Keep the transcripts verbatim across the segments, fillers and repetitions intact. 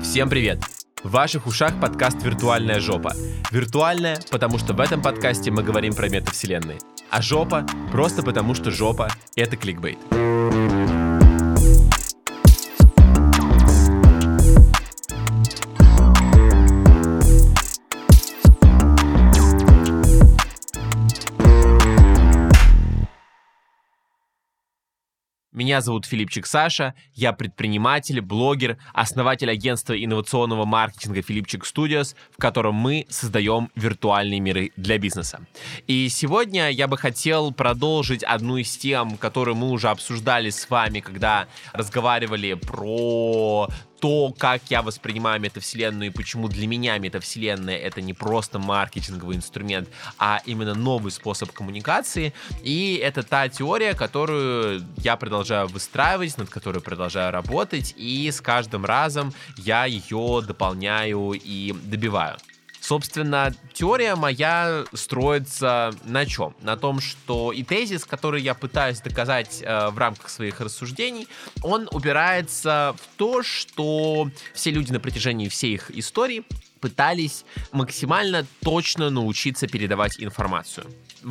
Всем привет! В ваших ушах подкаст «Виртуальная жопа». Виртуальная, потому что в этом подкасте мы говорим про метавселенные. А жопа просто потому, что жопа — это кликбейт. Меня зовут Филипчик Саша, я предприниматель, блогер, основатель агентства инновационного маркетинга Филипчик Studios, в котором мы создаем виртуальные миры для бизнеса. И сегодня я бы хотел продолжить одну из тем, которую мы уже обсуждали с вами, когда разговаривали про то, как я воспринимаю метавселенную и почему для меня метавселенная — это не просто маркетинговый инструмент, а именно новый способ коммуникации. И это та теория, которую я продолжаю выстраивать, над которой продолжаю работать, и с каждым разом я ее дополняю и добиваю. Собственно, теория моя строится на чем? На том, что и тезис, который я пытаюсь доказать э, в рамках своих рассуждений, он упирается в то, что все люди на протяжении всей их истории пытались максимально точно научиться передавать информацию.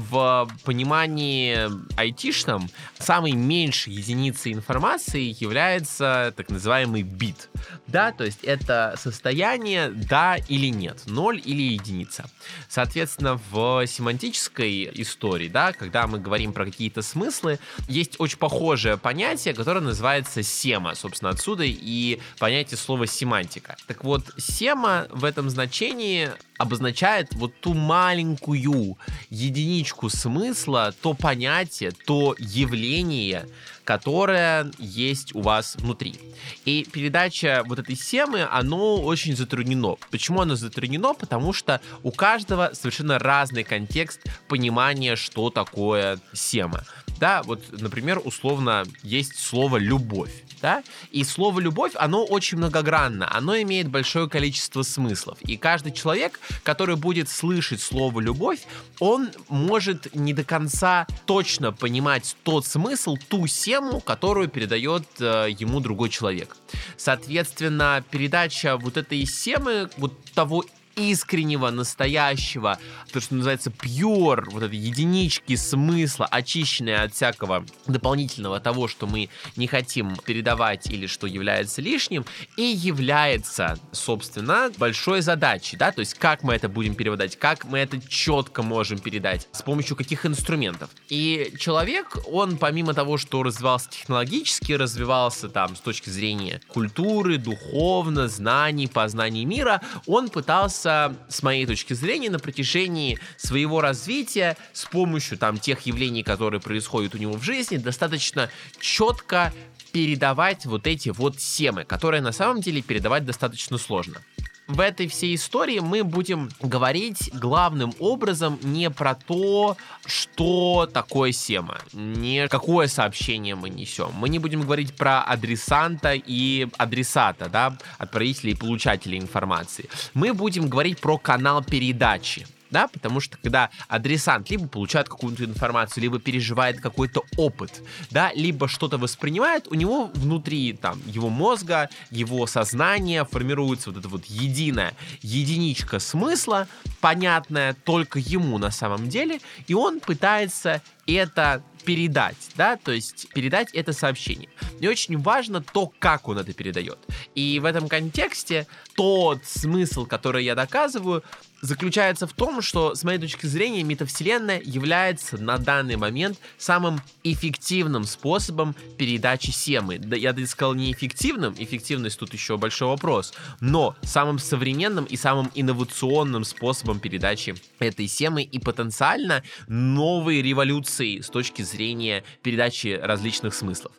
В понимании айтишном самой меньшей единицей информации является так называемый бит. Да, то есть это состояние да или нет, ноль или единица. Соответственно, в семантической истории, да, когда мы говорим про какие-то смыслы, есть очень похожее понятие, которое называется сема. Собственно, отсюда и понятие слова семантика. Так вот, сема в этом значении обозначает вот ту маленькую единичку смысла, то понятие, то явление, которое есть у вас внутри. И передача вот этой семы, оно очень затруднено. Почему оно затруднено? Потому что у каждого совершенно разный контекст понимания, что такое сема. Да, вот, например, условно, есть слово «любовь». Да? И слово «любовь», оно очень многогранно, оно имеет большое количество смыслов. И каждый человек, который будет слышать слово «любовь», он может не до конца точно понимать тот смысл, ту сему, которую передает э, ему другой человек. Соответственно, передача вот этой семы, вот того искреннего, настоящего, то, что называется pure, вот этой единички смысла, очищенная от всякого дополнительного того, что мы не хотим передавать или что является лишним, и является, собственно, большой задачей, да, то есть как мы это будем переводить, как мы это четко можем передать, с помощью каких инструментов. И человек, он помимо того, что развивался технологически, развивался там с точки зрения культуры, духовно, знаний, познаний мира, он пытался, с моей точки зрения, на протяжении своего развития с помощью там тех явлений, которые происходят у него в жизни, достаточно четко передавать вот эти вот семы, которые на самом деле передавать достаточно сложно. В этой всей истории мы будем говорить главным образом не про то, что такое сема, не какое сообщение мы несем. Мы не будем говорить про адресанта и адресата, да, отправителей и получателей информации. Мы будем говорить про канал передачи. Да, потому что когда адресант либо получает какую-то информацию, либо переживает какой-то опыт, да, либо что-то воспринимает, у него внутри там его мозга, его сознания формируется вот эта вот единая единичка смысла, понятная только ему на самом деле, и он пытается это передать, да, то есть передать это сообщение. И очень важно то, как он это передает. И в этом контексте тот смысл, который я доказываю, заключается в том, что, с моей точки зрения, метавселенная является на данный момент самым эффективным способом передачи семы. Да, я бы сказал не эффективным, эффективность тут еще большой вопрос, но самым современным и самым инновационным способом передачи этой семы и потенциально новой революции с точки зрения передачи различных смыслов.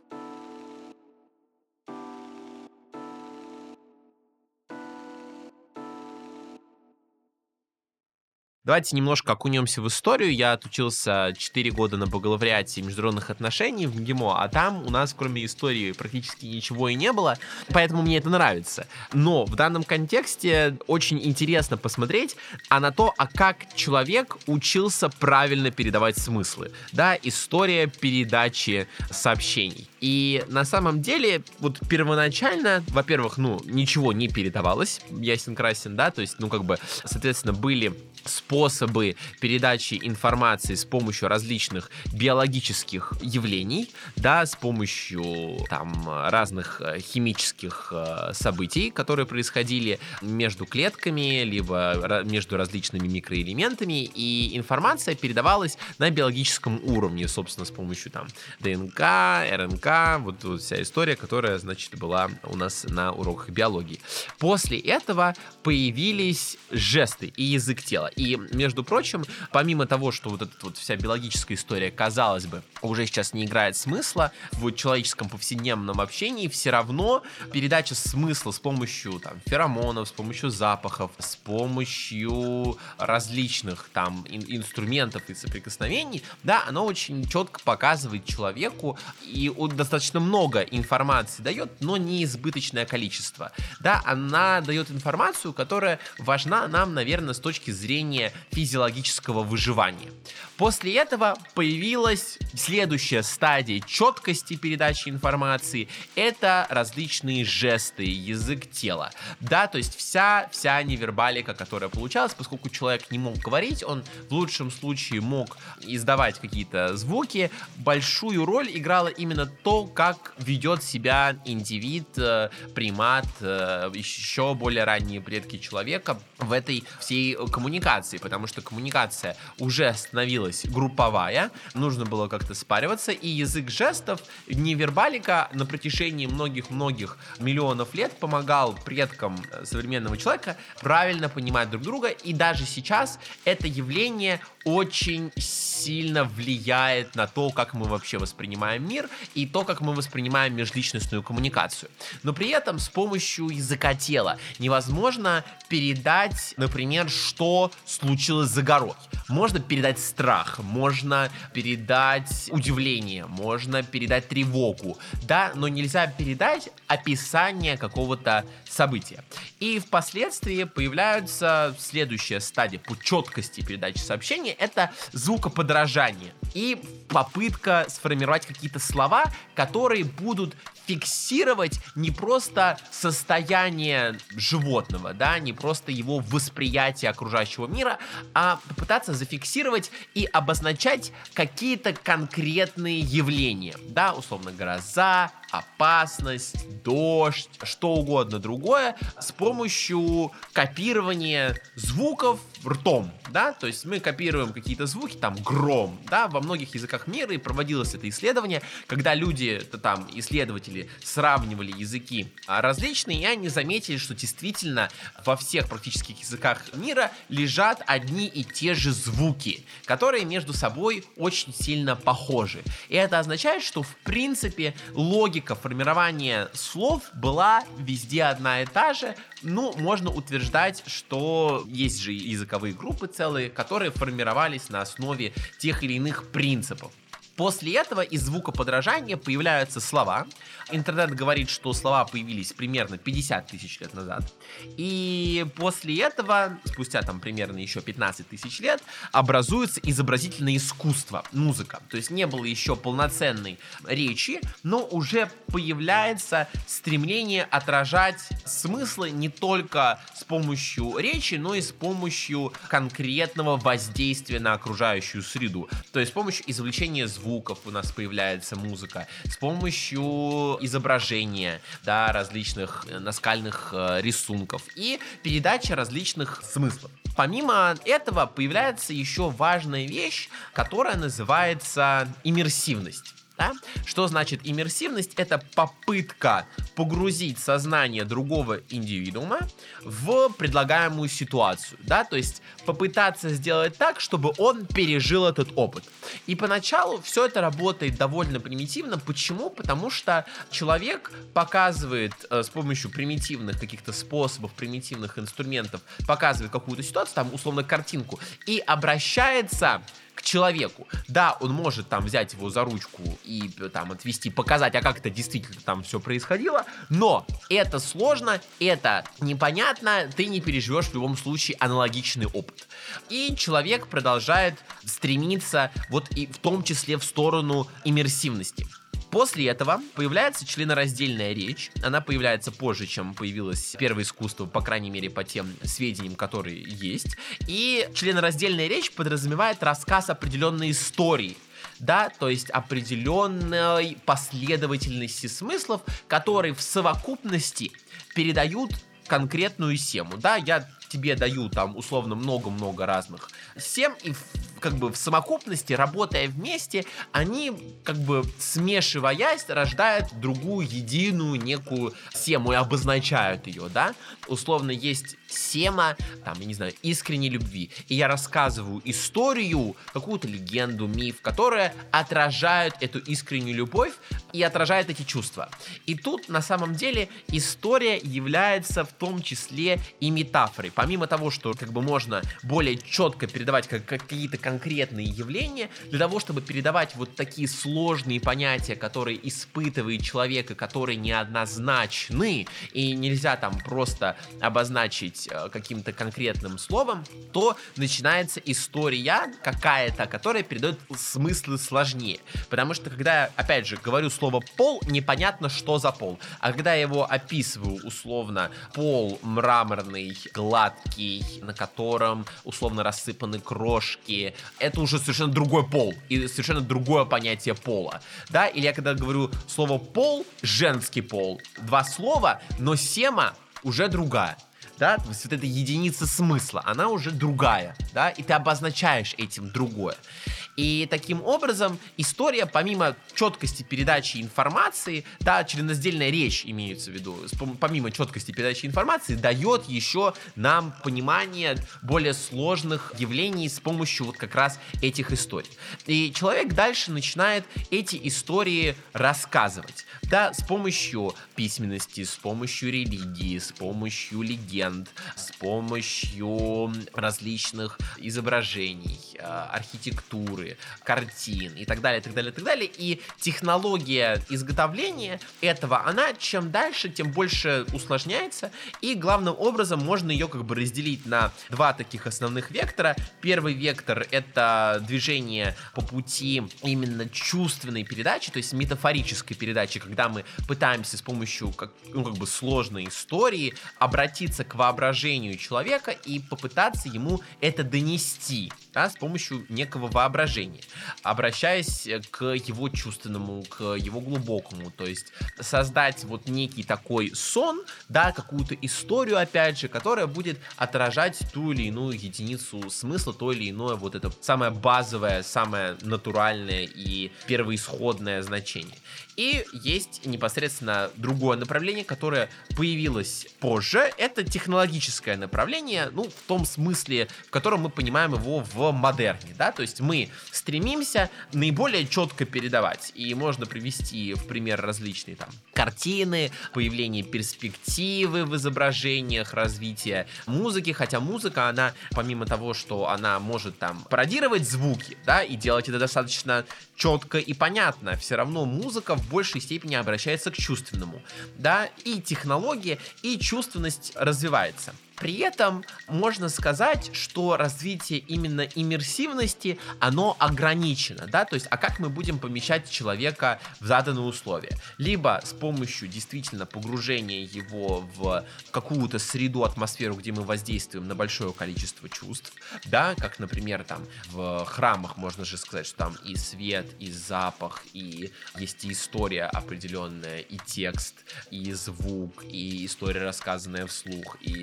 Давайте немножко окунемся в историю. Я отучился четыре года на бакалавриате международных отношений в МГИМО, а там у нас кроме истории практически ничего и не было, поэтому мне это нравится. Но в данном контексте очень интересно посмотреть а на то, а как человек учился правильно передавать смыслы. Да, история передачи сообщений. И на самом деле, вот первоначально, во-первых, ну, ничего не передавалось, ясен-красен, да, то есть, ну, как бы, соответственно, были способы передачи информации с помощью различных биологических явлений, да, с помощью там разных химических э, событий, которые происходили между клетками, либо между различными микроэлементами, и информация передавалась на биологическом уровне, собственно, с помощью там ДНК, РНК, вот, вот вся история, которая, значит, была у нас на уроках биологии. После этого появились жесты и язык тела. И, между прочим, помимо того, что вот эта вот вся биологическая история, казалось бы, уже сейчас не играет смысла в человеческом повседневном общении, все равно передача смысла с помощью там феромонов, с помощью запахов, с помощью различных там ин- инструментов и соприкосновений, да, она очень четко показывает человеку, и он достаточно много информации дает, но не избыточное количество. Да, она дает информацию, которая важна нам, наверное, с точки зрения физиологического выживания. После этого появилась следующая стадия четкости передачи информации. Это различные жесты, язык тела. Да, то есть вся, вся невербалика, которая получалась, поскольку человек не мог говорить, он в лучшем случае мог издавать какие-то звуки. Большую роль играло именно то, как ведет себя индивид, примат, еще более ранние предки человека в этой всей коммуникации, потому что коммуникация уже становилась групповая, нужно было как-то спариваться, и язык жестов, невербалика на протяжении многих-многих миллионов лет помогал предкам современного человека правильно понимать друг друга, и даже сейчас это явление очень сильно влияет на то, как мы вообще воспринимаем мир и то, как мы воспринимаем межличностную коммуникацию. Но при этом с помощью языка тела невозможно передать, например, что случилось за горой. Можно передать страх, можно передать удивление, можно передать тревогу, да, но нельзя передать описание какого-то события. И впоследствии появляется следующая стадия по четкости передачи сообщения, это звукоподражание и попытка сформировать какие-то слова, которые будут фиксировать не просто состояние животного, да, не просто его восприятие окружающего мира, а попытаться зафиксировать и обозначать какие-то конкретные явления, да, условно гроза, опасность, дождь, что угодно другое, с помощью копирования звуков ртом, да, то есть мы копируем какие-то звуки, там, гром, да, во многих языках мира и проводилось это исследование, когда люди, там, исследователи сравнивали языки различные, и они заметили, что действительно во всех практических языках мира лежат одни и те же звуки, которые между собой очень сильно похожи. И это означает, что в принципе логика формирования слов была везде одна и та же. Ну, можно утверждать, что есть же языковые группы целые, которые формировались на основе тех или иных принципов. После этого из звукоподражания появляются слова. Интернет говорит, что слова появились примерно пятьдесят тысяч лет назад. И после этого, спустя там примерно еще пятнадцать тысяч лет, образуется изобразительное искусство, музыка. То есть не было еще полноценной речи, но уже появляется стремление отражать смыслы не только с помощью речи, но и с помощью конкретного воздействия на окружающую среду. То есть с помощью извлечения звуков у нас появляется музыка, с помощью изображения, да, различных наскальных э, рисунков и передача различных смыслов. Помимо этого появляется еще важная вещь, которая называется иммерсивность. Да? Что значит иммерсивность? Это попытка погрузить сознание другого индивидуума в предлагаемую ситуацию, да, то есть попытаться сделать так, чтобы он пережил этот опыт. И поначалу все это работает довольно примитивно. Почему? Потому что человек показывает э, с помощью примитивных каких-то способов, примитивных инструментов, показывает какую-то ситуацию, там условно картинку, и обращается к человеку. Да, он может там взять его за ручку и там отвести, показать, а как это действительно там все происходило, но это сложно, это непонятно, ты не переживешь в любом случае аналогичный опыт. И человек продолжает стремиться вот и в том числе в сторону иммерсивности. После этого появляется членораздельная речь. Она появляется позже, чем появилось первое искусство, по крайней мере, по тем сведениям, которые есть. И членораздельная речь подразумевает рассказ определенной истории. Да, то есть определенной последовательности смыслов, которые в совокупности передают конкретную сему. Да, я тебе даю там условно много-много разных сем, и в, как бы в совокупности, работая вместе, они как бы смешиваясь, рождают другую единую некую сему и обозначают ее, да. Условно есть сема, там, я не знаю, искренней любви, и я рассказываю историю, какую-то легенду, миф, которая отражает эту искреннюю любовь и отражает эти чувства. И тут на самом деле история является в том числе и метафорой. Помимо того, что как бы можно более четко передавать как, какие-то конкретные явления, для того, чтобы передавать вот такие сложные понятия, которые испытывает человек и которые неоднозначны, и нельзя там просто обозначить э, каким-то конкретным словом, то начинается история какая-то, которая передает смыслы сложнее. Потому что когда я, опять же, говорю слово «пол», непонятно, что за пол. А когда я его описываю условно пол мраморный, гладкий, на котором условно рассыпаны крошки, это уже совершенно другой пол и совершенно другое понятие пола, да, или я когда говорю слово пол, женский пол, два слова, но сема уже другая. Да, то есть вот эта единица смысла, она уже другая, да, и ты обозначаешь этим другое. И таким образом история, помимо четкости передачи информации, да, членораздельная речь имеется в виду, помимо четкости передачи информации, дает еще нам понимание более сложных явлений с помощью вот как раз этих историй. И человек дальше начинает эти истории рассказывать, да, с помощью письменности, с помощью религии, с помощью легенд, с помощью различных изображений, архитектуры, картин и так далее, и так далее, и так далее. И технология изготовления этого, она чем дальше, тем больше усложняется. И главным образом можно ее как бы разделить на два таких основных вектора. Первый вектор — это движение по пути именно чувственной передачи, то есть метафорической передачи, когда мы пытаемся с помощью как, ну, как бы сложной истории обратиться к воображению человека и попытаться ему это донести, да, с помощью некого воображения, обращаясь к его чувственному, к его глубокому, то есть создать вот некий такой сон, да, какую-то историю, опять же, которая будет отражать ту или иную единицу смысла, то или иное вот это самое базовое, самое натуральное и первоисходное значение. И есть непосредственно другое направление, которое появилось позже. Это технологическое направление, ну, в том смысле, в котором мы понимаем его в модерне, да, то есть мы стремимся наиболее четко передавать, и можно привести в пример различные там картины, появление перспективы в изображениях, развитие музыки, хотя музыка, она, помимо того, что она может там пародировать звуки, да, и делать это достаточно четко и понятно, все равно музыка в большей степени обращается к чувственному, да, и технология, и чувственность развивается. При этом можно сказать, что развитие именно иммерсивности, оно ограничено, да, то есть, а как мы будем помещать человека в заданные условия? Либо с помощью действительно погружения его в какую-то среду, атмосферу, где мы воздействуем на большое количество чувств, да, как, например, там в храмах можно же сказать, что там и свет, и запах, и есть и история определенная, и текст, и звук, и история, рассказанная вслух, и история,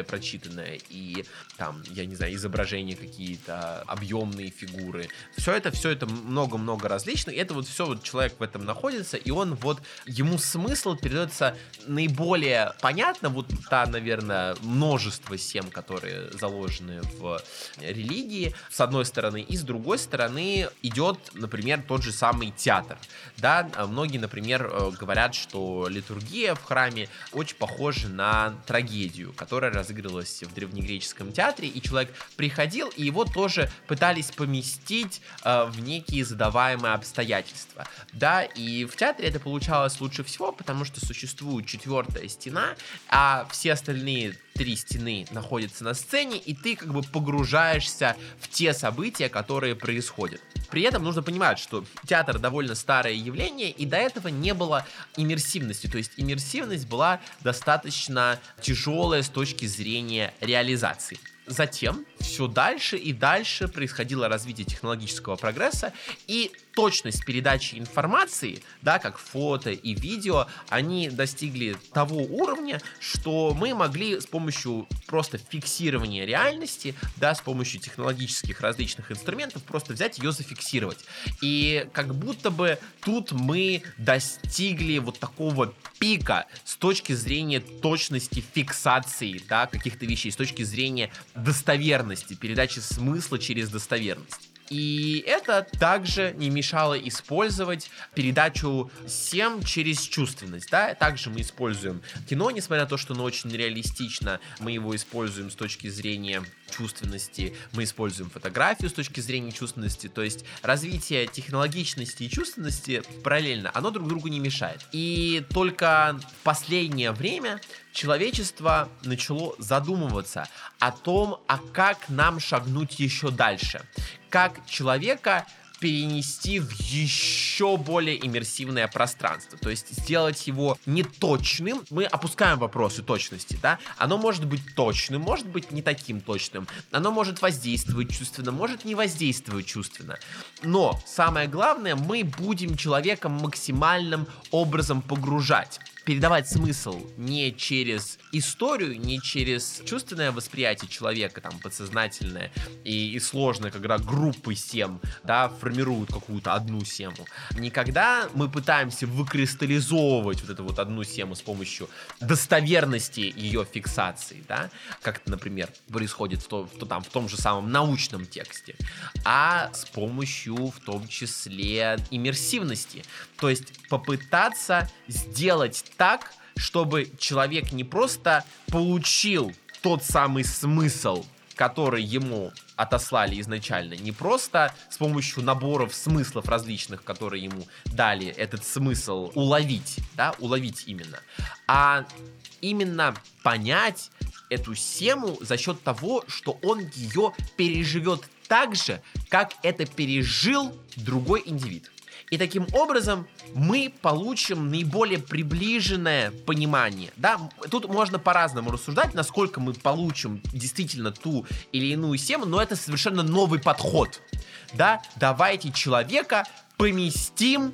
более прочитанное, и там, я не знаю, изображения какие-то, объемные фигуры. Все это, все это много-много различных, и это вот все вот человек в этом находится, и он вот, ему смысл передается наиболее понятно, вот та, наверное, множество сем, которые заложены в религии, с одной стороны, и с другой стороны идет, например, тот же самый театр, да, многие, например, говорят, что литургия в храме очень похожа на трагедию, которая разыгрывалась в древнегреческом театре, и человек приходил, и его тоже пытались поместить э, в некие задаваемые обстоятельства, да, и в театре это получалось лучше всего, потому что существует четвертая стена, а все остальные три стены находятся на сцене, и ты как бы погружаешься в те события, которые происходят. При этом нужно понимать, что театр довольно старое явление, и до этого не было иммерсивности, то есть иммерсивность была достаточно тяжелая с точки зрения реализации. Затем все дальше и дальше происходило развитие технологического прогресса, и точность передачи информации, да, как фото и видео, они достигли того уровня, что мы могли с помощью просто фиксирования реальности, да, с помощью технологических различных инструментов просто взять ее зафиксировать. И как будто бы тут мы достигли вот такого пика с точки зрения точности фиксации, да, каких-то вещей, с точки зрения достоверности, передачи смысла через достоверность. И это также не мешало использовать передачу сем через чувственность, да, также мы используем кино, несмотря на то, что оно очень реалистично, мы его используем с точки зрения чувственности, мы используем фотографию с точки зрения чувственности, то есть развитие технологичности и чувственности параллельно, оно друг другу не мешает. И только в последнее время человечество начало задумываться о том, а как нам шагнуть еще дальше, как человека перенести в еще более иммерсивное пространство, то есть сделать его неточным. Мы опускаем вопросы точности, да, оно может быть точным, может быть не таким точным, оно может воздействовать чувственно, может не воздействовать чувственно, но самое главное, мы будем человека максимальным образом погружать, передавать смысл не через историю, не через чувственное восприятие человека, там, подсознательное и, и сложное, когда группы сем, да, формируют какую-то одну сему. Никогда мы пытаемся выкристаллизовывать вот эту вот одну сему с помощью достоверности ее фиксации, да, как это, например, происходит в, то, в, то, там, в том же самом научном тексте, а с помощью, в том числе, иммерсивности. То есть попытаться сделать так, чтобы человек не просто получил тот самый смысл, который ему отослали изначально, не просто с помощью наборов смыслов различных, которые ему дали этот смысл уловить, да, уловить именно, а именно понять эту сему за счет того, что он ее переживет так же, как это пережил другой индивид. И таким образом мы получим наиболее приближенное понимание. Да? Тут можно по-разному рассуждать, насколько мы получим действительно ту или иную сему, но это совершенно новый подход. Да? Давайте человека поместим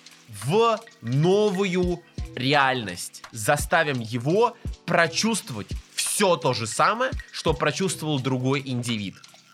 в новую реальность. Заставим его прочувствовать все то же самое, что прочувствовал другой индивид.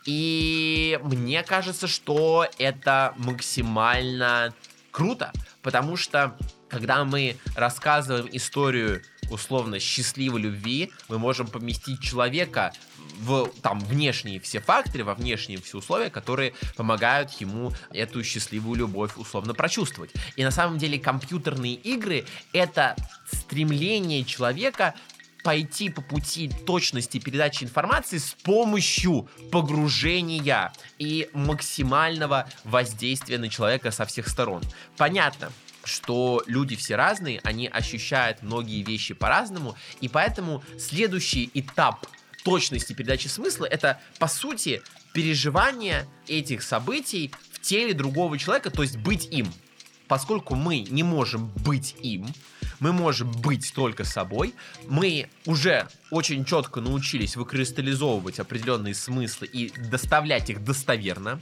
И мне кажется, что это максимально круто, потому что когда мы рассказываем историю условно счастливой любви, мы можем поместить человека в там внешние все факторы, во внешние все условия, которые помогают ему эту счастливую любовь условно прочувствовать. И на самом деле компьютерные игры — это стремление человека пойти по пути точности передачи информации с помощью погружения и максимального воздействия на человека со всех сторон. Понятно, что люди все разные, они ощущают многие вещи по-разному, и поэтому следующий этап точности передачи смысла — это, по сути, переживание этих событий в теле другого человека, то есть быть им. Поскольку мы не можем быть им, мы можем быть только собой, мы уже очень четко научились выкристаллизовывать определенные смыслы и доставлять их достоверно.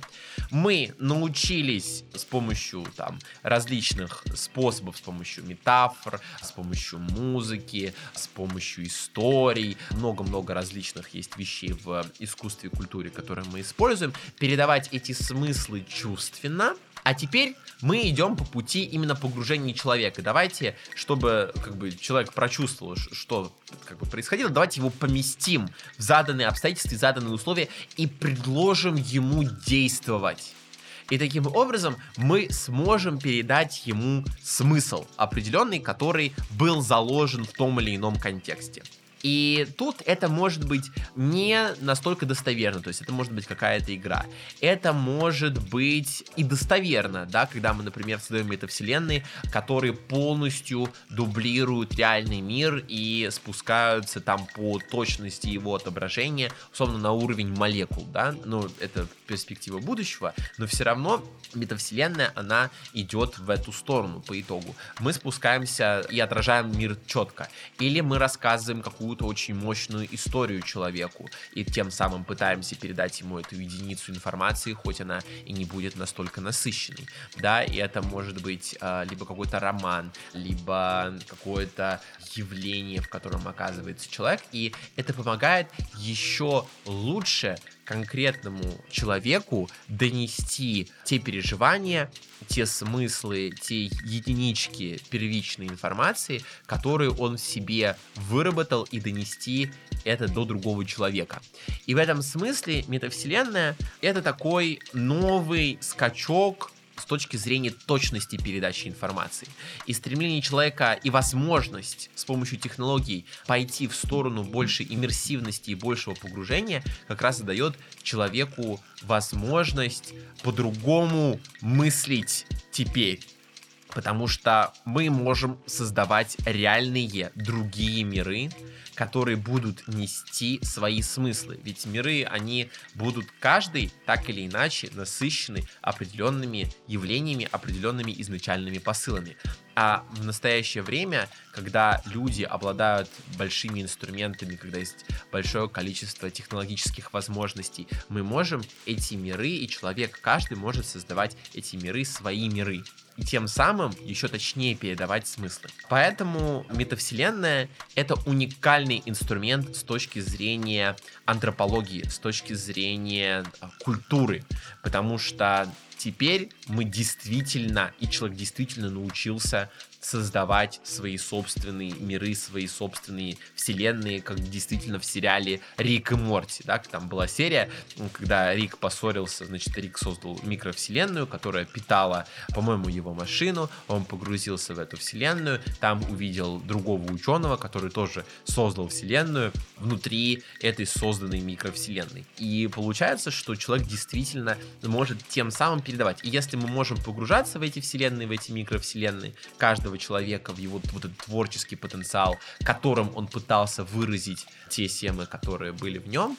Мы научились с помощью там различных способов, с помощью метафор, с помощью музыки, с помощью историй, много-много различных есть вещей в искусстве и культуре, которые мы используем, передавать эти смыслы чувственно. А теперь мы идем по пути именно погружения человека. Давайте, чтобы как бы человек прочувствовал, что как бы происходило, давайте его поместим в заданные обстоятельства, заданные условия и предложим ему действовать. И таким образом мы сможем передать ему смысл определенный, который был заложен в том или ином контексте. И тут это может быть не настолько достоверно, то есть это может быть какая-то игра. Это может быть и достоверно, да, когда мы, например, создаем метавселенные, которые полностью дублируют реальный мир и спускаются там по точности его отображения, условно, на уровень молекул, да, ну, это перспектива будущего, но все равно метавселенная, она идет в эту сторону по итогу. Мы спускаемся и отражаем мир четко, или мы рассказываем какую какую-то очень мощную историю человеку, и тем самым пытаемся передать ему эту единицу информации, хоть она и не будет настолько насыщенной, да, и это может быть э, либо какой-то роман, либо какое-то явление, в котором оказывается человек, и это помогает еще лучше конкретному человеку донести те переживания, те смыслы, те единички первичной информации, которые он в себе выработал, и донести это до другого человека. И в этом смысле метавселенная — это такой новый скачок с точки зрения точности передачи информации. И стремление человека и возможность с помощью технологий пойти в сторону большей иммерсивности и большего погружения как раз и дает человеку возможность по-другому мыслить теперь. Потому что мы можем создавать реальные другие миры, которые будут нести свои смыслы. Ведь миры, они будут каждый так или иначе насыщены определенными явлениями, определенными изначальными посылами. А в настоящее время, когда люди обладают большими инструментами, когда есть большое количество технологических возможностей, мы можем эти миры, и человек каждый может создавать эти миры, свои миры. И тем самым еще точнее передавать смыслы. Поэтому метавселенная — это уникальный инструмент с точки зрения антропологии, с точки зрения культуры, потому что теперь мы действительно, и человек действительно научился создавать свои собственные миры, свои собственные вселенные, как действительно в сериале «Рик и Морти», да, там была серия, когда Рик поссорился, значит, Рик создал микровселенную, которая питала, по-моему, его машину, он погрузился в эту вселенную, там увидел другого ученого, который тоже создал вселенную внутри этой созданной микровселенной. И получается, что человек действительно может тем самым передавать. И если мы можем погружаться в эти вселенные, в эти микровселенные, каждого человека, в его вот этот творческий потенциал, которым он пытался выразить те темы, которые были в нем,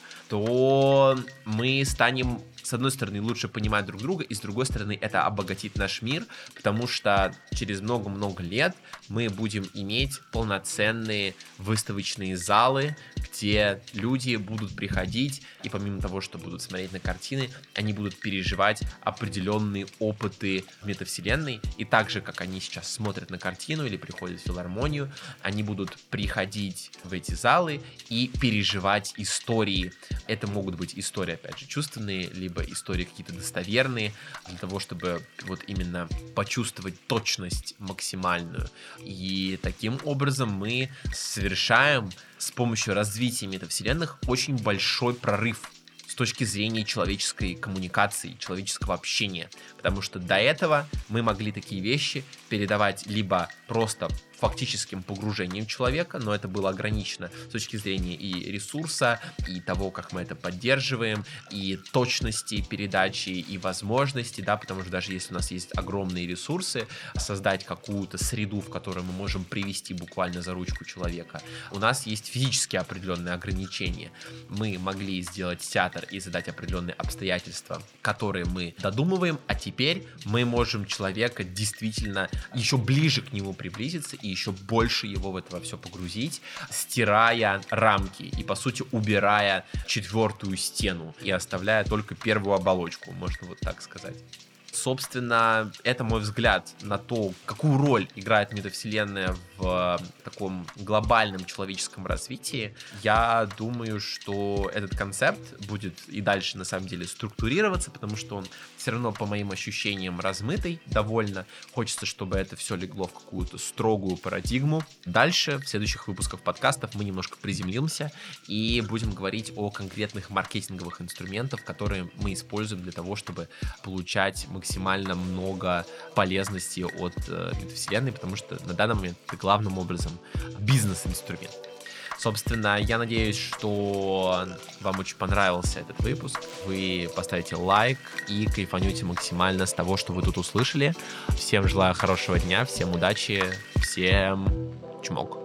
то мы станем, с одной стороны, лучше понимать друг друга, и с другой стороны, это обогатит наш мир, потому что через много-много лет мы будем иметь полноценные выставочные залы, где люди будут приходить, и помимо того, что будут смотреть на картины, они будут переживать определенные опыты в метавселенной, и так же, как они сейчас смотрят на картину или приходят в филармонию, они будут приходить в эти залы и переживать истории. Это могут быть истории, опять же, чувственные, либо истории какие-то достоверные, для того, чтобы вот именно почувствовать точность максимальную. И таким образом мы совершаем с помощью развития метавселенных очень большой прорыв с точки зрения человеческой коммуникации, человеческого общения. Потому что до этого мы могли такие вещи передавать либо просто фактическим погружением человека, но это было ограничено с точки зрения и ресурса, и того, как мы это поддерживаем, и точности передачи, и возможности, да, потому что даже если у нас есть огромные ресурсы, создать какую-то среду, в которой мы можем привести буквально за ручку человека, у нас есть физические определенные ограничения. Мы могли сделать театр и задать определенные обстоятельства, которые мы додумываем, а теперь мы можем человека действительно еще ближе к нему приблизиться и еще больше его в это все погрузить, стирая рамки и, по сути, убирая четвертую стену и оставляя только первую оболочку, можно вот так сказать. Собственно, это мой взгляд на то, какую роль играет метавселенная в таком глобальном человеческом развитии. Я думаю, что этот концепт будет и дальше, на самом деле, структурироваться, потому что он все равно, по моим ощущениям, размытый довольно. Хочется, чтобы это все легло в какую-то строгую парадигму. Дальше, в следующих выпусках подкастов, мы немножко приземлимся и будем говорить о конкретных маркетинговых инструментах, которые мы используем для того, чтобы получать максимально много полезности от э, метавселенной, потому что на данный момент это главным образом бизнес-инструмент. Собственно, я надеюсь, что вам очень понравился этот выпуск. Вы поставите лайк и кайфанете максимально с того, что вы тут услышали. Всем желаю хорошего дня, всем удачи, всем чмок.